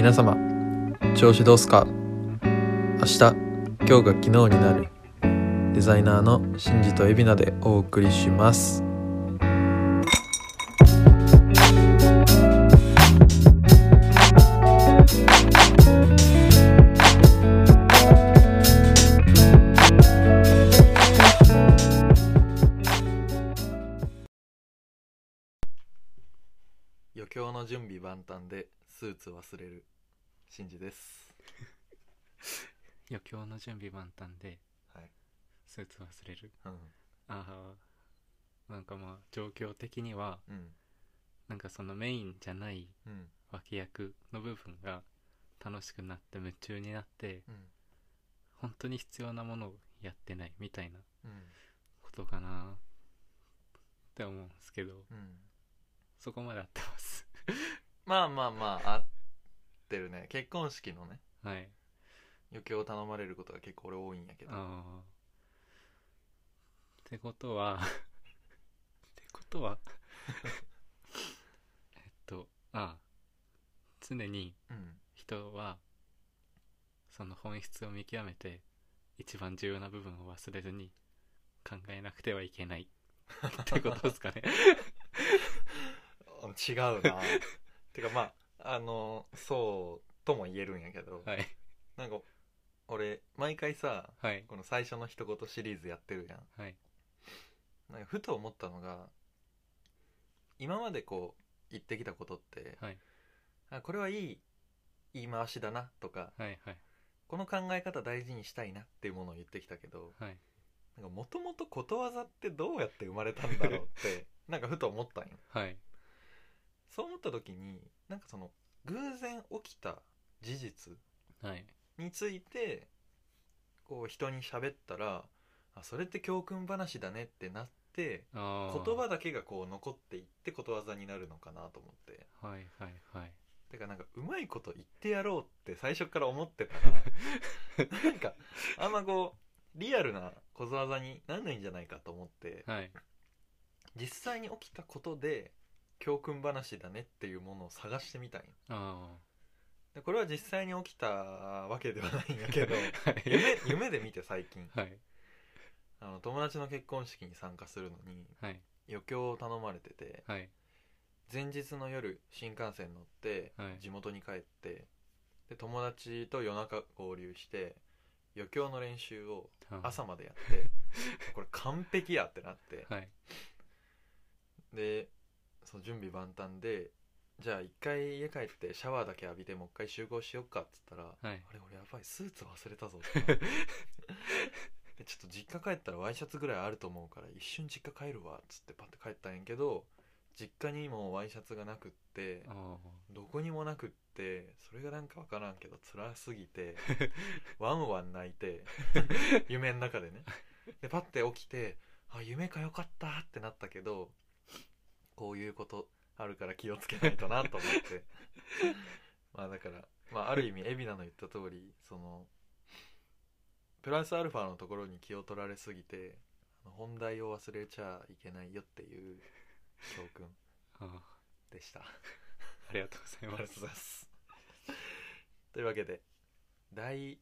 皆様調子どうすか。明日今日が昨日になるデザイナーのシンジとエビナでお送りします。余興の準備万端でスーツ忘れるシンジです。 余興の準備万端ではい、 スーツ忘れる。 うん、 ああ、なんかまあ状況的にはなんかそのメインじゃない脇役の部分が楽しくなって夢中になって本当に必要なものをやってないみたいなことかなって思うんですけど、そこまで合ってますまあ合ってるね。結婚式のね、 はい、 余興を頼まれることが結構俺多いんやけど、 ってことはってことは常に人はその本質を見極めて一番重要な部分を忘れずに考えなくてはいけないってことですかね違うなてかまあそうとも言えるんやけど、 はい、 なんか俺毎回さ、 はい、 この最初の一言シリーズやってるじゃん。 はい、 なんかふと思ったのが、今までこう言ってきたことって、 はい、 これはいい言い回しだなとか、 はい、はい、 この考え方大事にしたいなっていうものを言ってきたけど、 はい、 なんかもともとことわざってどうやって生まれたんだろうってなんかふと思ったんよ。 はい、 そう思った時に、なんかその偶然起きた事実はい、 についてこう人に喋ったら、それって教訓話だねってなって、言葉だけがこう残っていってことわざになるのかなと思って。 はい、はい、はい。 てかなんかうまいこと言ってやろうって最初から思ってたらなんかあんまこうリアルなことわざにならないんじゃないかと思って、 はい、 実際に起きたことで教訓話だねっていうものを探してみたんよ。でこれは実際に起きたわけではないんやけど夢で見て最近、 はい、 友達の結婚式に参加するのにはい、 余興を頼まれてて、 はい、 前日の夜新幹線乗って地元に帰って、で友達と夜中合流して余興の練習を朝までやってこれ完璧やってなって、 はい、 でその準備万端で、じゃあ一回家帰ってシャワーだけ浴びてもう一回集合しよっかっつったら、あれ俺やばいスーツ忘れたぞってでちょっと実家帰ったらワイシャツぐらいあると思うから一瞬実家帰るわっつってパッて帰ったんやけど、実家にもワイシャツがなくって、どこにもなくって、それがなんかわからんけど辛すぎてワンワン泣いて夢の中でね。でパッて起きて、夢かよかったってなったけど、こういうことあるから気をつけないとなと思ってまあだから、ある意味海老名の言った通り、そのプラスアルファのところに気を取られすぎて本題を忘れちゃいけないよっていう教訓でした。 ありがとうございます。 というわけで第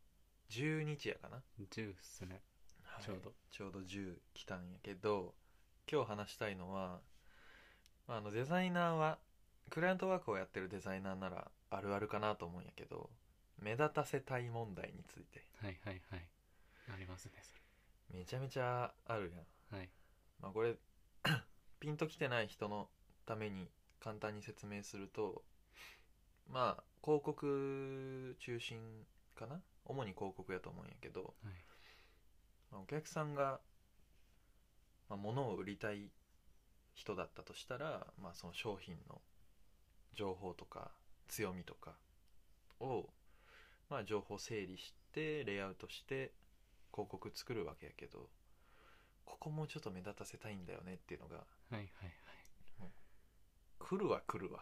10日やかな、 10っすね、はい、 ちょうど10来たんやけど、今日話したいのは、デザイナーはクライアントワークをやってるデザイナーならあるあるかなと思うんやけど、目立たせたい問題について。 はいはいはい、ありますねそれめちゃめちゃあるやん。 はい、 これピンときてない人のために簡単に説明すると、広告中心かな、主に広告やと思うんやけど、お客さんが、物を売りたい人だったとしたら、その商品の情報とか強みとかを、情報整理してレイアウトして広告作るわけやけど、ここもうちょっと目立たせたいんだよねっていうのが、 はいはいはい、 来るわ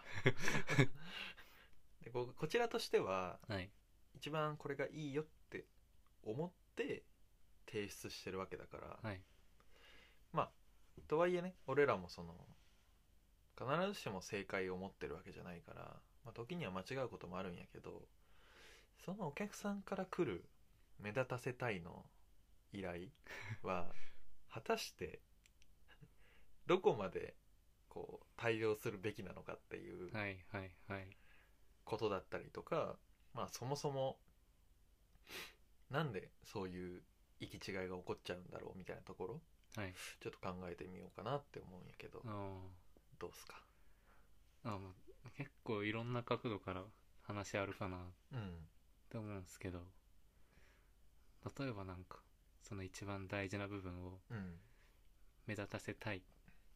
でこちらとしては、一番これがいいよって思って提出してるわけだから、とはいえね、俺らもその必ずしも正解を持ってるわけじゃないから、 まあ、時には間違うこともあるんやけど、そのお客さんから来る目立たせたいの依頼は果たしてどこまでこう対応するべきなのかっていうことだったりとか、まあそもそもなんでそういう行き違いが起こっちゃうんだろうみたいなところ、はい、ちょっと考えてみようかなって思うんやけど、どうすか？ 結構いろんな角度から話あるかなって思うんですけど、例えばなんかその一番大事な部分を目立たせたい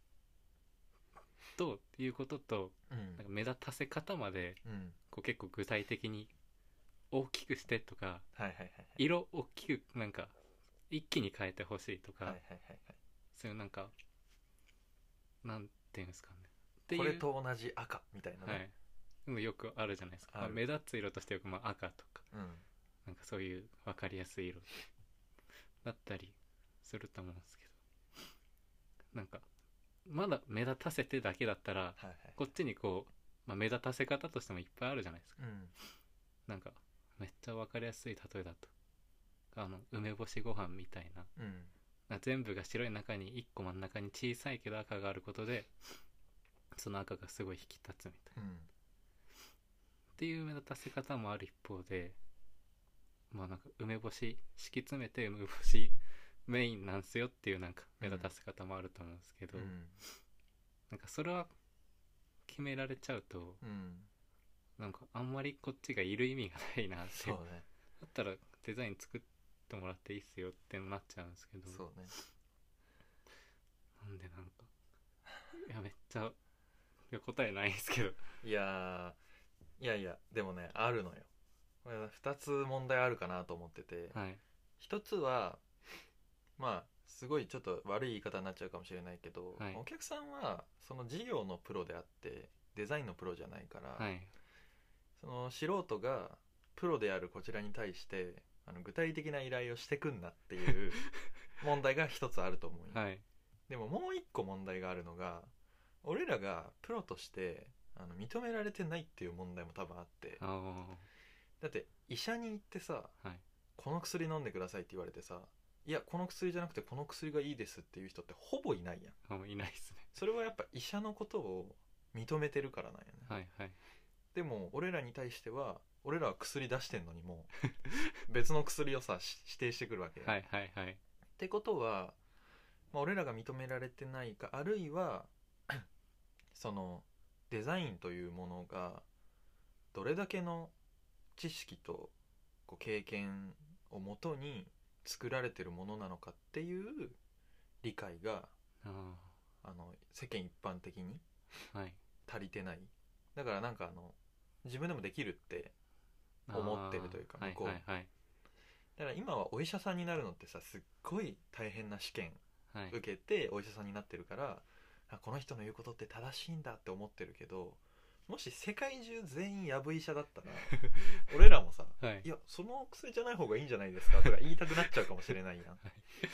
ということと、なんか目立たせ方までこう結構具体的に大きくしてとか、色大きくなんか一気に変えてほしいとか、そういうなんかなんていうんですかね、 これと同じ赤みたいなね、はい、 でもよくあるじゃないですか、目立つ色としてよくまあ赤とか、なんかそういう分かりやすい色だったりすると思うんですけど、なんかまだ目立たせてだけだったら、こっちにこう、まあ、目立たせ方としてもいっぱいあるじゃないですか、なんかめっちゃ分かりやすい例えだと梅干しご飯みたいな、全部が白い中に1個真ん中に小さいけど赤があることでその赤がすごい引き立つみたいな、っていう目立たせ方もある一方で、まあなんか梅干し敷き詰めて梅干しメインなんすよっていうなんか目立たせ方もあると思うんですけど、なんかそれは決められちゃうと、なんかあんまりこっちがいる意味がないなって、そうね、だったらデザイン作ってもらっていいっすよってなっちゃうんですけど、そうね、なんでなんかいやめっちゃ答えないですけど、 いやでもねあるのよ。これ2つ問題あるかなと思ってて、はい、1つはまあすごいちょっと悪い言い方になっちゃうかもしれないけど、はい、お客さんはその事業のプロであってデザインのプロじゃないから、はい、その素人がプロであるこちらに対して具体的な依頼をしてくんなっていう問題が一つあると思うよ、はい、でももう一個問題があるのが、俺らがプロとして認められてないっていう問題も多分あって、だって医者に行ってさ、はい、この薬飲んでくださいって言われてさ、いやこの薬じゃなくてこの薬がいいですっていう人ってほぼいないやん。 いないっすね。 それはやっぱ医者のことを認めてるからなんやね、はいはい、でも俺らに対しては俺らは薬出してんのにも別の薬をさ指定してくるわけや、はいはいはい、ってことは、まあ、俺らが認められてないか、あるいはそのデザインというものがどれだけの知識とこう経験をもとに作られてるものなのかっていう理解が世間一般的に足りてない、はい、だからなんか自分でもできるって思ってるというか向こう、はいはいはい、だから今はお医者さんになるのってさすっごい大変な試験受けてお医者さんになってるから、この人の言うことって正しいんだって思ってるけど、もし世界中全員やぶ医者だったら俺らもさ、はい、いやその薬じゃない方がいいんじゃないですかとか言いたくなっちゃうかもしれないやん、はい、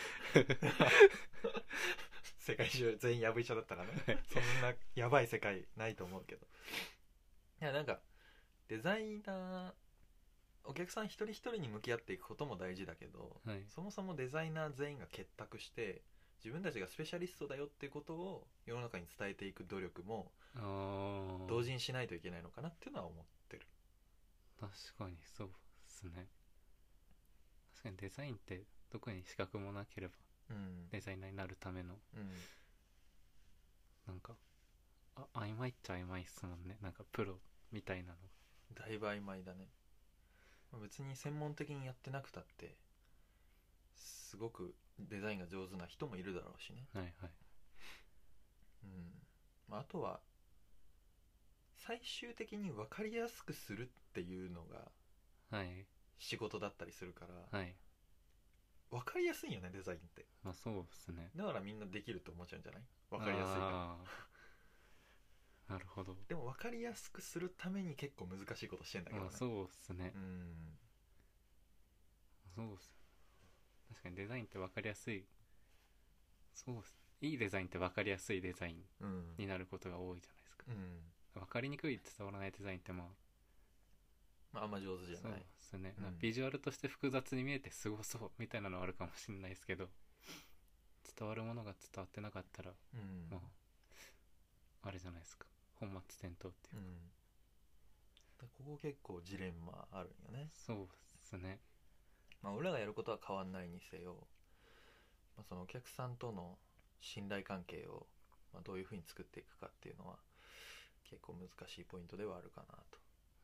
世界中全員やぶ医者だったらね、はい、そんなやばい世界ないと思うけど、いやなんかデザイナーお客さん一人一人に向き合っていくことも大事だけど、はい、そもそもデザイナー全員が結託して自分たちがスペシャリストだよっていうことを世の中に伝えていく努力も同時にしないといけないのかなっていうのは思ってる。 確かにそうですね。確かにデザインって特に資格もなければ、デザイナーになるための、なんか曖昧っちゃ曖昧っすもんね。なんかプロみたいなのがだいぶ曖昧だね。別に専門的にやってなくたってすごくデザインが上手な人もいるだろうしね。はいはい。あとは最終的に分かりやすくするっていうのが仕事だったりするから、はい、分かりやすいよねデザインって。 まあそうですね。 だからみんなできると思っちゃうんじゃない？分かりやすいから。 なるほど。 でも分かりやすくするために結構難しいことしてんだけどね。 そうですね。そうっす。確かにデザインって分かりやすい。そうっす。いいデザインって分かりやすいデザインになることが多いじゃないですか。 分かりにくい伝わらないデザインってあんま上手じゃない。そうですね、ビジュアルとして複雑に見えてすごそうみたいなのはあるかもしれないですけど、伝わるものが伝わってなかったら、あれじゃないですか、本末転倒っていうか、 ここ結構ジレンマあるんよね。 そうですね。 俺らがやることは変わんないにせよ、そのお客さんとの信頼関係を、どういうふうに作っていくかっていうのは結構難しいポイントではあるかなと。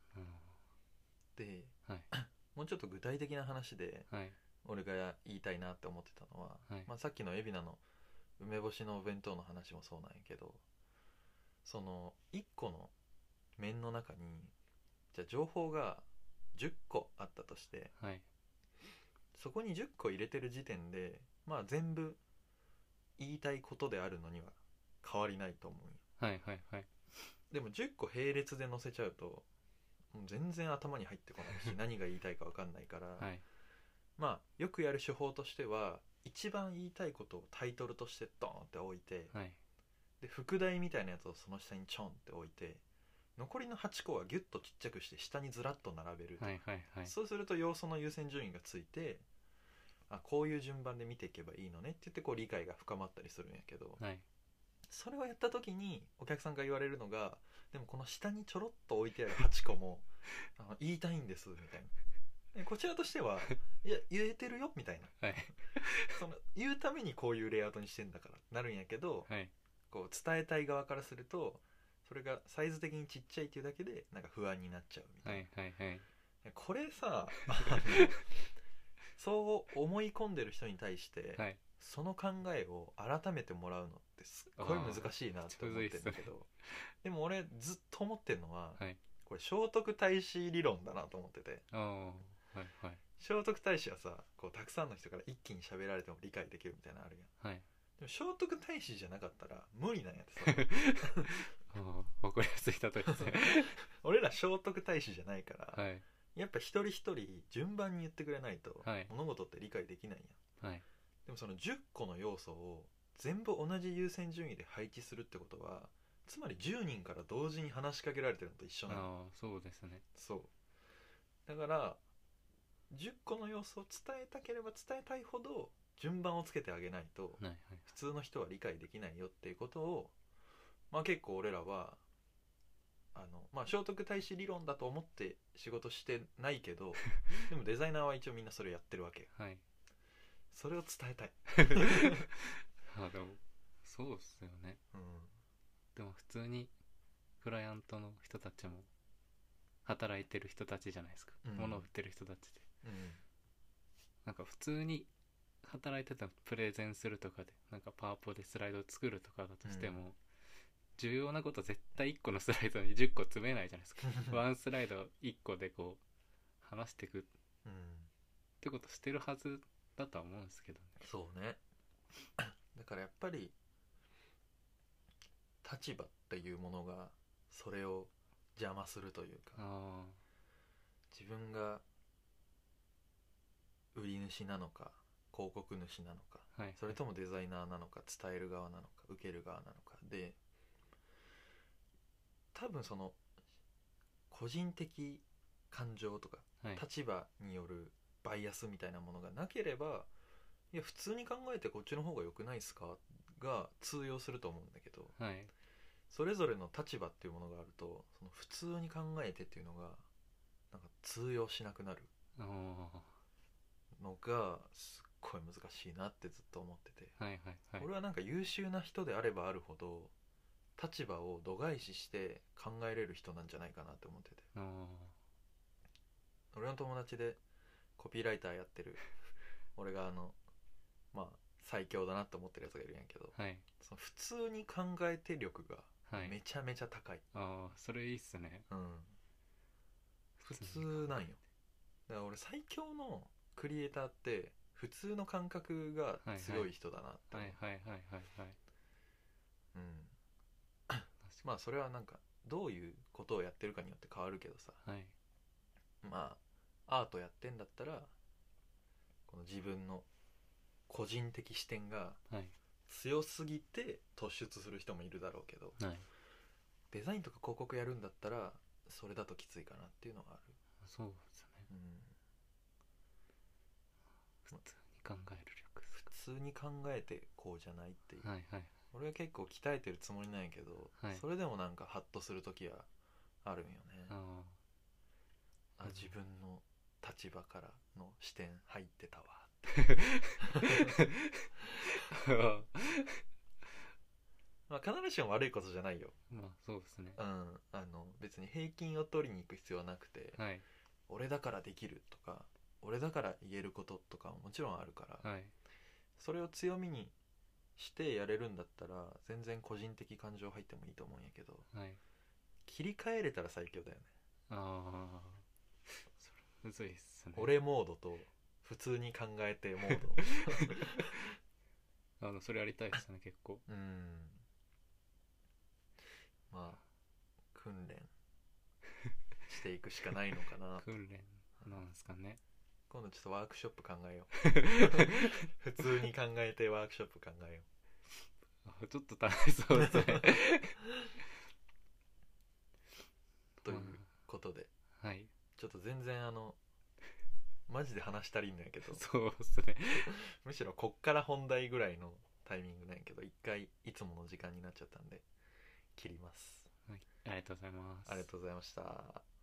で、もうちょっと具体的な話で、俺が言いたいなって思ってたのは、さっきの海老名の梅干しのお弁当の話もそうなんやけど、その1個の麺の中にじゃあ情報が10個あったとして、そこに10個入れてる時点で全部言いたいことであるのには変わりないと思うよ。でも10個並列で載せちゃうともう全然頭に入ってこないし何が言いたいか分かんないから、よくやる手法としては一番言いたいことをタイトルとしてドーンって置いて、で副題みたいなやつをその下にちょんって置いて、残りの8個はギュッとちっちゃくして下にずらっと並べると、そうすると要素の優先順位がついて、こういう順番で見ていけばいいのねって言って理解が深まったりするんやけど、それをやった時にお客さんが言われるのが、でもこの下にちょろっと置いてある8個も言いたいんですみたいな、こちらとしてはいや言えてるよみたいな、その言うためにこういうレイアウトにしてんだからなるんやけど、こう伝えたい側からするとそれがサイズ的にちっちゃいっていうだけでなんか不安になっちゃうみたいな、これさそう思い込んでる人に対して、その考えを改めてもらうのってすっごい難しいなって思ってるんだけど、でも俺ずっと思ってるのは、これ聖徳太子理論だなと思ってて、聖徳太子はさたくさんの人から一気に喋られても理解できるみたいなのあるやん、でも聖徳太子じゃなかったら無理なんやってさ分かりやすい例えですね俺ら聖徳太子じゃないから、やっぱ一人一人順番に言ってくれないと物事って理解できないやん、でもその10個の要素を全部同じ優先順位で配置するってことは、つまり10人から同時に話しかけられてるのと一緒なの。 そうですね。 そうだから10個の要素を伝えたければ伝えたいほど順番をつけてあげないと普通の人は理解できないよっていうことを、結構俺らは聖徳太子理論だと思って仕事してないけどでもデザイナーは一応みんなそれやってるわけよ、それを伝えたいでもそうっすよね、でも普通にクライアントの人たちも働いてる人たちじゃないですか、物を売ってる人たちで、なんか普通に働いてたプレゼンするとかでなんかパワポでスライドを作るとかだとしても、重要なこと絶対1個のスライドに10個詰めないじゃないですかワンスライド1個で話していくってことしてるはずだとは思うんですけどね。 そうねだからやっぱり立場っていうものがそれを邪魔するというか、自分が売り主なのか広告主なのか、それともデザイナーなのか伝える側なのか受ける側なのかで、多分その個人的感情とか、立場によるバイアスみたいなものがなければ、いや普通に考えてこっちの方が良くないですかが通用すると思うんだけど、それぞれの立場っていうものがあると、その普通に考えてっていうのがなんか通用しなくなるのがすっごい難しいなってずっと思ってて、俺はなんか優秀な人であればあるほど立場を度外視して考えれる人なんじゃないかなって思ってて、俺の友達でコピーライターやってる俺が最強だなって思ってるやつがいるんやけど、その普通に考えて力がめちゃめちゃ高い、 それいいっすね、 普通なんよ。だから俺最強のクリエイターって普通の感覚が強い人だなって思う。それはなんかどういうことをやってるかによって変わるけどさ、アートやってんだったらこの自分の個人的視点が強すぎて突出する人もいるだろうけど、 デザインとか広告やるんだったらそれだときついかなっていうのがある。 そうですね、普通に考える力、 普通に考えてこうじゃないっていう、 はいはい、 俺は結構鍛えてるつもりなんやけど、 はい、 それでもなんかハッとする時はあるんよね。自分の立場からの視点入ってたわまあ必ずしも悪いことじゃないよ。 まあそうですね。 別に平均を取りに行く必要はなくて、 はい、 俺だからできるとか俺だから言えることとかももちろんあるから、 はい、 それを強みにしてやれるんだったら全然個人的感情入ってもいいと思うんやけど、 はい、 切り替えれたら最強だよね。 ああ、それむずいっすね。 俺モードと普通に考えてモードそれやりたいですね結構。 まあ訓練していくしかないのかな訓練なんですかね。 今度ちょっとワークショップ考えよう普通に考えてワークショップ考えよう。ちょっと大変そうですねということで、 はい、 ちょっと全然マジで話足りんのやけどそうですねむしろこっから本題ぐらいのタイミングなんやけど、一回いつもの時間になっちゃったんで切ります。 はい、ありがとうございます。 ありがとうございました。